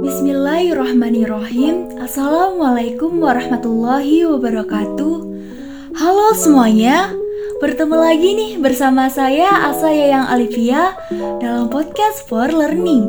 Bismillahirrahmanirrahim. Assalamualaikum warahmatullahi wabarakatuh. Halo semuanya, bertemu lagi nih bersama saya Asa Yayang Alifia dalam podcast For Learning.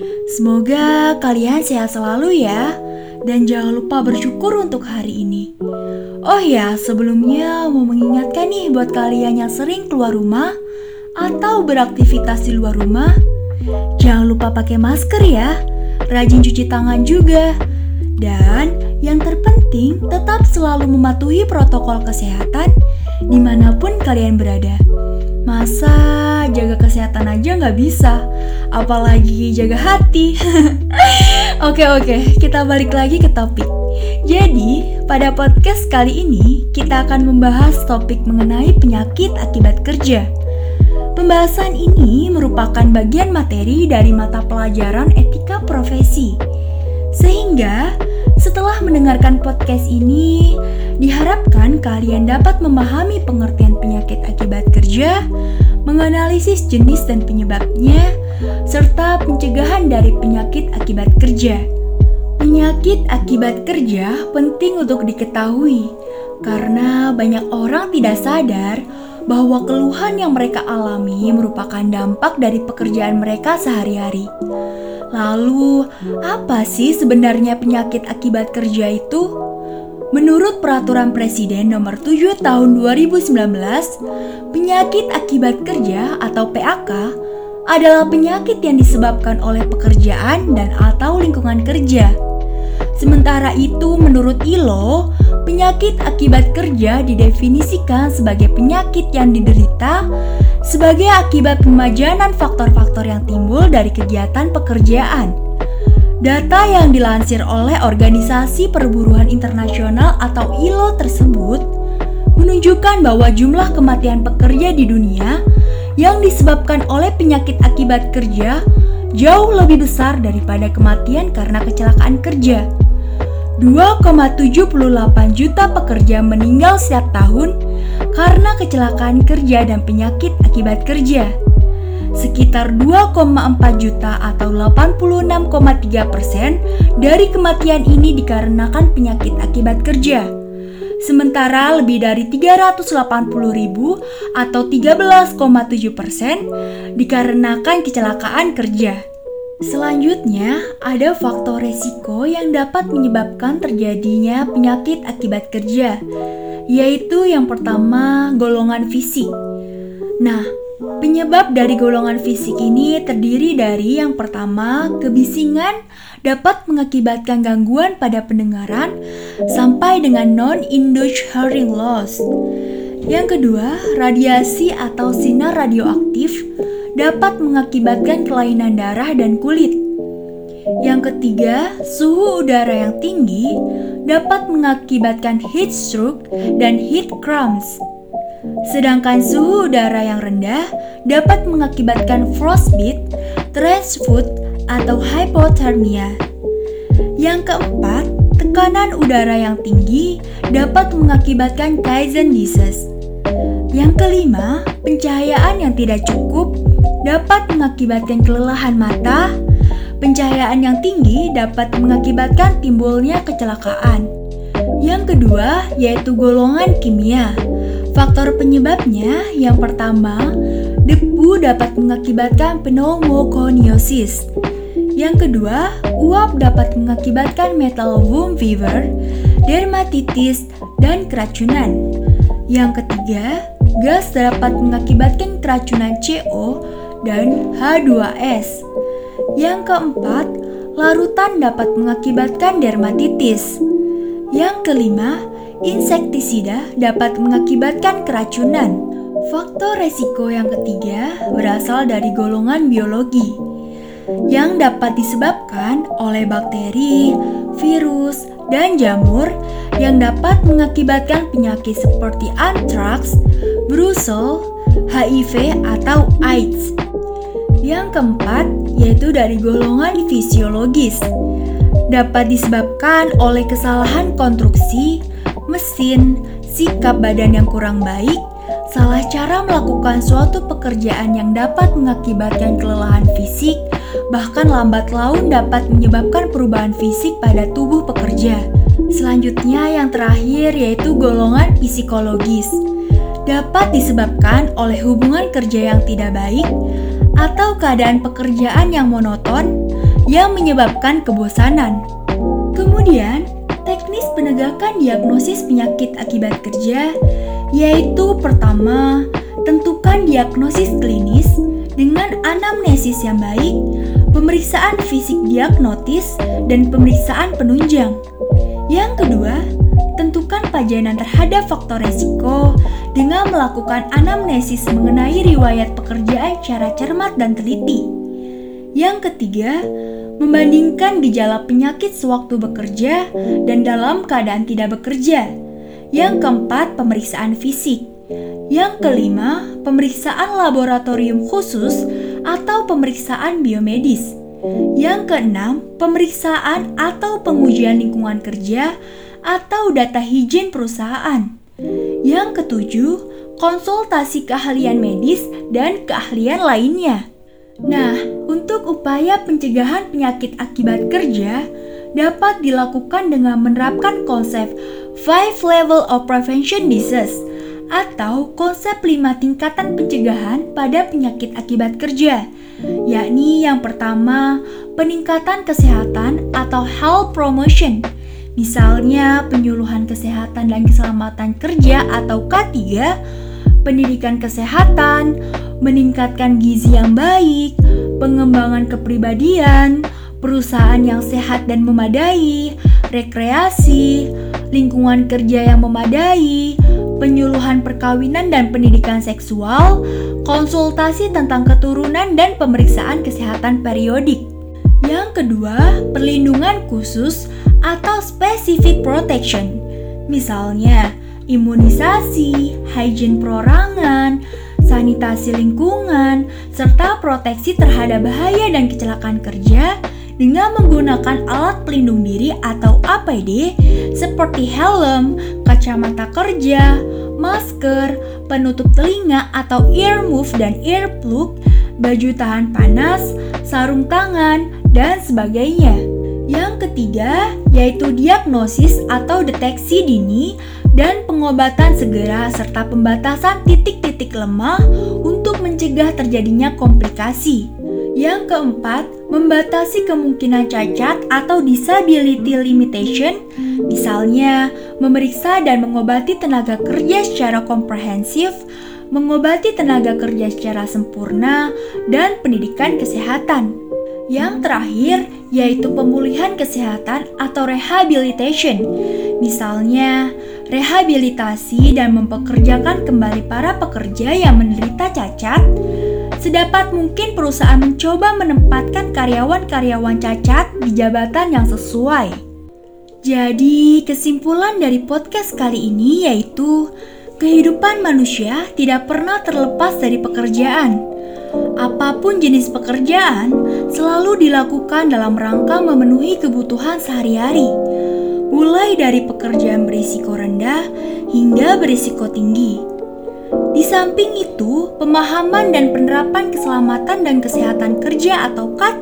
Semoga kalian sehat selalu ya, dan jangan lupa bersyukur untuk hari ini. Oh ya, sebelumnya mau mengingatkan nih buat kalian yang sering keluar rumah atau beraktivitas di luar rumah, jangan lupa pakai masker ya, rajin cuci tangan juga. Dan yang terpenting tetap selalu mematuhi protokol kesehatan dimanapun kalian berada. Masa jaga kesehatan aja nggak bisa, apalagi jaga hati. Oke, kita balik lagi ke topik. Jadi, pada podcast kali ini kita akan membahas topik mengenai penyakit akibat kerja. Pembahasan ini merupakan bagian materi dari mata pelajaran etika profesi. Sehingga, setelah mendengarkan podcast ini, diharapkan kalian dapat memahami pengertian penyakit akibat kerja, menganalisis jenis dan penyebabnya, serta pencegahan dari penyakit akibat kerja. Penyakit akibat kerja penting untuk diketahui, karena banyak orang tidak sadar bahwa keluhan yang mereka alami merupakan dampak dari pekerjaan mereka sehari-hari. Lalu, apa sih sebenarnya penyakit akibat kerja itu? Menurut Peraturan Presiden Nomor 7 Tahun 2019, penyakit akibat kerja atau PAK adalah penyakit yang disebabkan oleh pekerjaan dan atau lingkungan kerja. Sementara itu, menurut ILO, penyakit akibat kerja didefinisikan sebagai penyakit yang diderita sebagai akibat pemajanan faktor-faktor yang timbul dari kegiatan pekerjaan. Data yang dilansir oleh Organisasi Perburuhan Internasional atau ILO tersebut menunjukkan bahwa jumlah kematian pekerja di dunia yang disebabkan oleh penyakit akibat kerja jauh lebih besar daripada kematian karena kecelakaan kerja. 2,78 juta pekerja meninggal setiap tahun karena kecelakaan kerja dan penyakit akibat kerja. Sekitar 2,4 juta atau 86,3% dari kematian ini dikarenakan penyakit akibat kerja. Sementara lebih dari 380.000 atau 13,7% dikarenakan kecelakaan kerja. Selanjutnya, ada faktor resiko yang dapat menyebabkan terjadinya penyakit akibat kerja, yaitu yang pertama, golongan fisik. Nah, penyebab dari golongan fisik ini terdiri dari yang pertama, kebisingan dapat mengakibatkan gangguan pada pendengaran sampai dengan non-induced hearing loss. Yang kedua, radiasi atau sinar radioaktif dapat mengakibatkan kelainan darah dan kulit. Yang ketiga, suhu udara yang tinggi dapat mengakibatkan heat stroke dan heat cramps. Sedangkan suhu udara yang rendah dapat mengakibatkan frostbite, threshold, atau hypothermia. Yang keempat, tekanan udara yang tinggi dapat mengakibatkan Kaizen disease. Yang kelima, pencahayaan yang tidak cukup dapat mengakibatkan kelelahan mata. Pencahayaan yang tinggi dapat mengakibatkan timbulnya kecelakaan. Yang kedua, yaitu golongan kimia. Faktor penyebabnya yang pertama, debu dapat mengakibatkan pneumoconiosis. Yang kedua, uap dapat mengakibatkan metal womb fever, dermatitis, dan keracunan. Yang ketiga, gas dapat mengakibatkan keracunan CO dan H2S. Yang keempat, larutan dapat mengakibatkan dermatitis. Yang kelima, insektisida dapat mengakibatkan keracunan. Faktor resiko yang ketiga berasal dari golongan biologi yang dapat disebabkan oleh bakteri, virus, dan jamur yang dapat mengakibatkan penyakit seperti antraks, brucel, HIV, atau AIDS. Yang keempat, yaitu dari golongan fisiologis, dapat disebabkan oleh kesalahan konstruksi, mesin, sikap badan yang kurang baik, Salah cara melakukan suatu pekerjaan yang dapat mengakibatkan kelelahan fisik, bahkan lambat laun dapat menyebabkan perubahan fisik pada tubuh pekerja. Selanjutnya yang terakhir yaitu golongan psikologis. Dapat disebabkan oleh hubungan kerja yang tidak baik atau keadaan pekerjaan yang monoton yang menyebabkan kebosanan. Kemudian, teknis penegakan diagnosis penyakit akibat kerja yaitu pertama, tentukan diagnosis klinis dengan anamnesis yang baik, pemeriksaan fisik diagnotis, dan pemeriksaan penunjang. Yang kedua, tentukan pajanan terhadap faktor resiko dengan melakukan anamnesis mengenai riwayat pekerjaan secara cermat dan teliti. Yang ketiga, membandingkan gejala penyakit sewaktu bekerja dan dalam keadaan tidak bekerja. Yang keempat, pemeriksaan fisik. Yang kelima, pemeriksaan laboratorium khusus atau pemeriksaan biomedis. Yang keenam, pemeriksaan atau pengujian lingkungan kerja atau data higien perusahaan. Yang ketujuh, konsultasi keahlian medis dan keahlian lainnya. Nah, untuk upaya pencegahan penyakit akibat kerja dapat dilakukan dengan menerapkan konsep 5 Level of Prevention Disease atau konsep 5 tingkatan pencegahan pada penyakit akibat kerja, yakni yang pertama, peningkatan kesehatan atau health promotion, misalnya penyuluhan kesehatan dan keselamatan kerja atau K3, pendidikan kesehatan, meningkatkan gizi yang baik, pengembangan kepribadian, perusahaan yang sehat dan memadai, rekreasi, lingkungan kerja yang memadai, penyuluhan perkawinan dan pendidikan seksual, konsultasi tentang keturunan dan pemeriksaan kesehatan periodik. Yang kedua, perlindungan khusus atau specific protection, misalnya imunisasi, higien perorangan, sanitasi lingkungan, serta proteksi terhadap bahaya dan kecelakaan kerja dengan menggunakan alat pelindung diri atau APD seperti helm, kacamata kerja, masker, penutup telinga atau earmuff dan earplug, baju tahan panas, sarung tangan, dan sebagainya. Yang ketiga, yaitu diagnosis atau deteksi dini dan pengobatan segera serta pembatasan titik-titik lemah untuk mencegah terjadinya komplikasi. Yang keempat, membatasi kemungkinan cacat atau disability limitation, misalnya memeriksa dan mengobati tenaga kerja secara komprehensif, mengobati tenaga kerja secara sempurna, dan pendidikan kesehatan. Yang terakhir, yaitu pemulihan kesehatan atau rehabilitation, misalnya rehabilitasi dan mempekerjakan kembali para pekerja yang menderita cacat. Sedapat mungkin perusahaan mencoba menempatkan karyawan-karyawan cacat di jabatan yang sesuai. Jadi, kesimpulan dari podcast kali ini yaitu kehidupan manusia tidak pernah terlepas dari pekerjaan. Apapun jenis pekerjaan selalu dilakukan dalam rangka memenuhi kebutuhan sehari-hari, mulai dari pekerjaan berisiko rendah hingga berisiko tinggi. Di samping itu, pemahaman dan penerapan keselamatan dan kesehatan kerja atau K3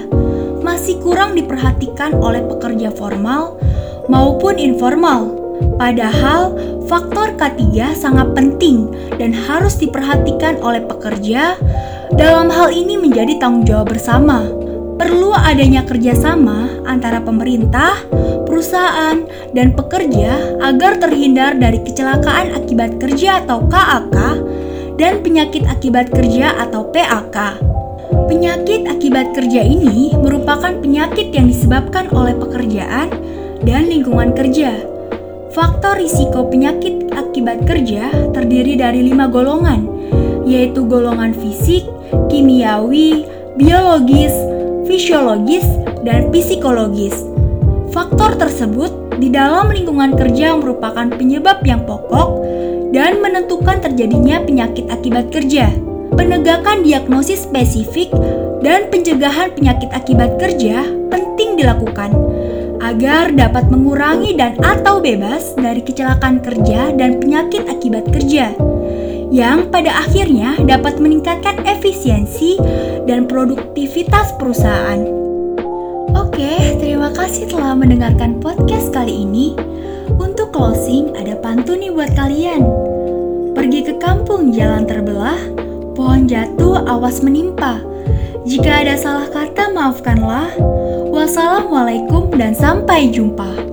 masih kurang diperhatikan oleh pekerja formal maupun informal. Padahal, faktor K3 sangat penting dan harus diperhatikan oleh pekerja. Dalam hal ini menjadi tanggung jawab bersama. Perlu adanya kerjasama antara pemerintah, perusahaan, dan pekerja agar terhindar dari kecelakaan akibat kerja atau KAK dan penyakit akibat kerja atau PAK. Penyakit akibat kerja ini merupakan penyakit yang disebabkan oleh pekerjaan dan lingkungan kerja. Faktor risiko penyakit akibat kerja terdiri dari 5 golongan, yaitu golongan fisik, kimiawi, biologis, fisiologis, dan psikologis. Faktor tersebut di dalam lingkungan kerja merupakan penyebab yang pokok dan menentukan terjadinya penyakit akibat kerja. Penegakan diagnosis spesifik dan pencegahan penyakit akibat kerja penting dilakukan agar dapat mengurangi dan atau bebas dari kecelakaan kerja dan penyakit akibat kerja. yang pada akhirnya dapat meningkatkan efisiensi dan produktivitas perusahaan. Oke, terima kasih telah mendengarkan podcast kali ini. Untuk closing, ada pantun nih buat kalian. Pergi ke kampung jalan terbelah, pohon jatuh awas menimpa. Jika ada salah kata maafkanlah. Wassalamualaikum dan sampai jumpa.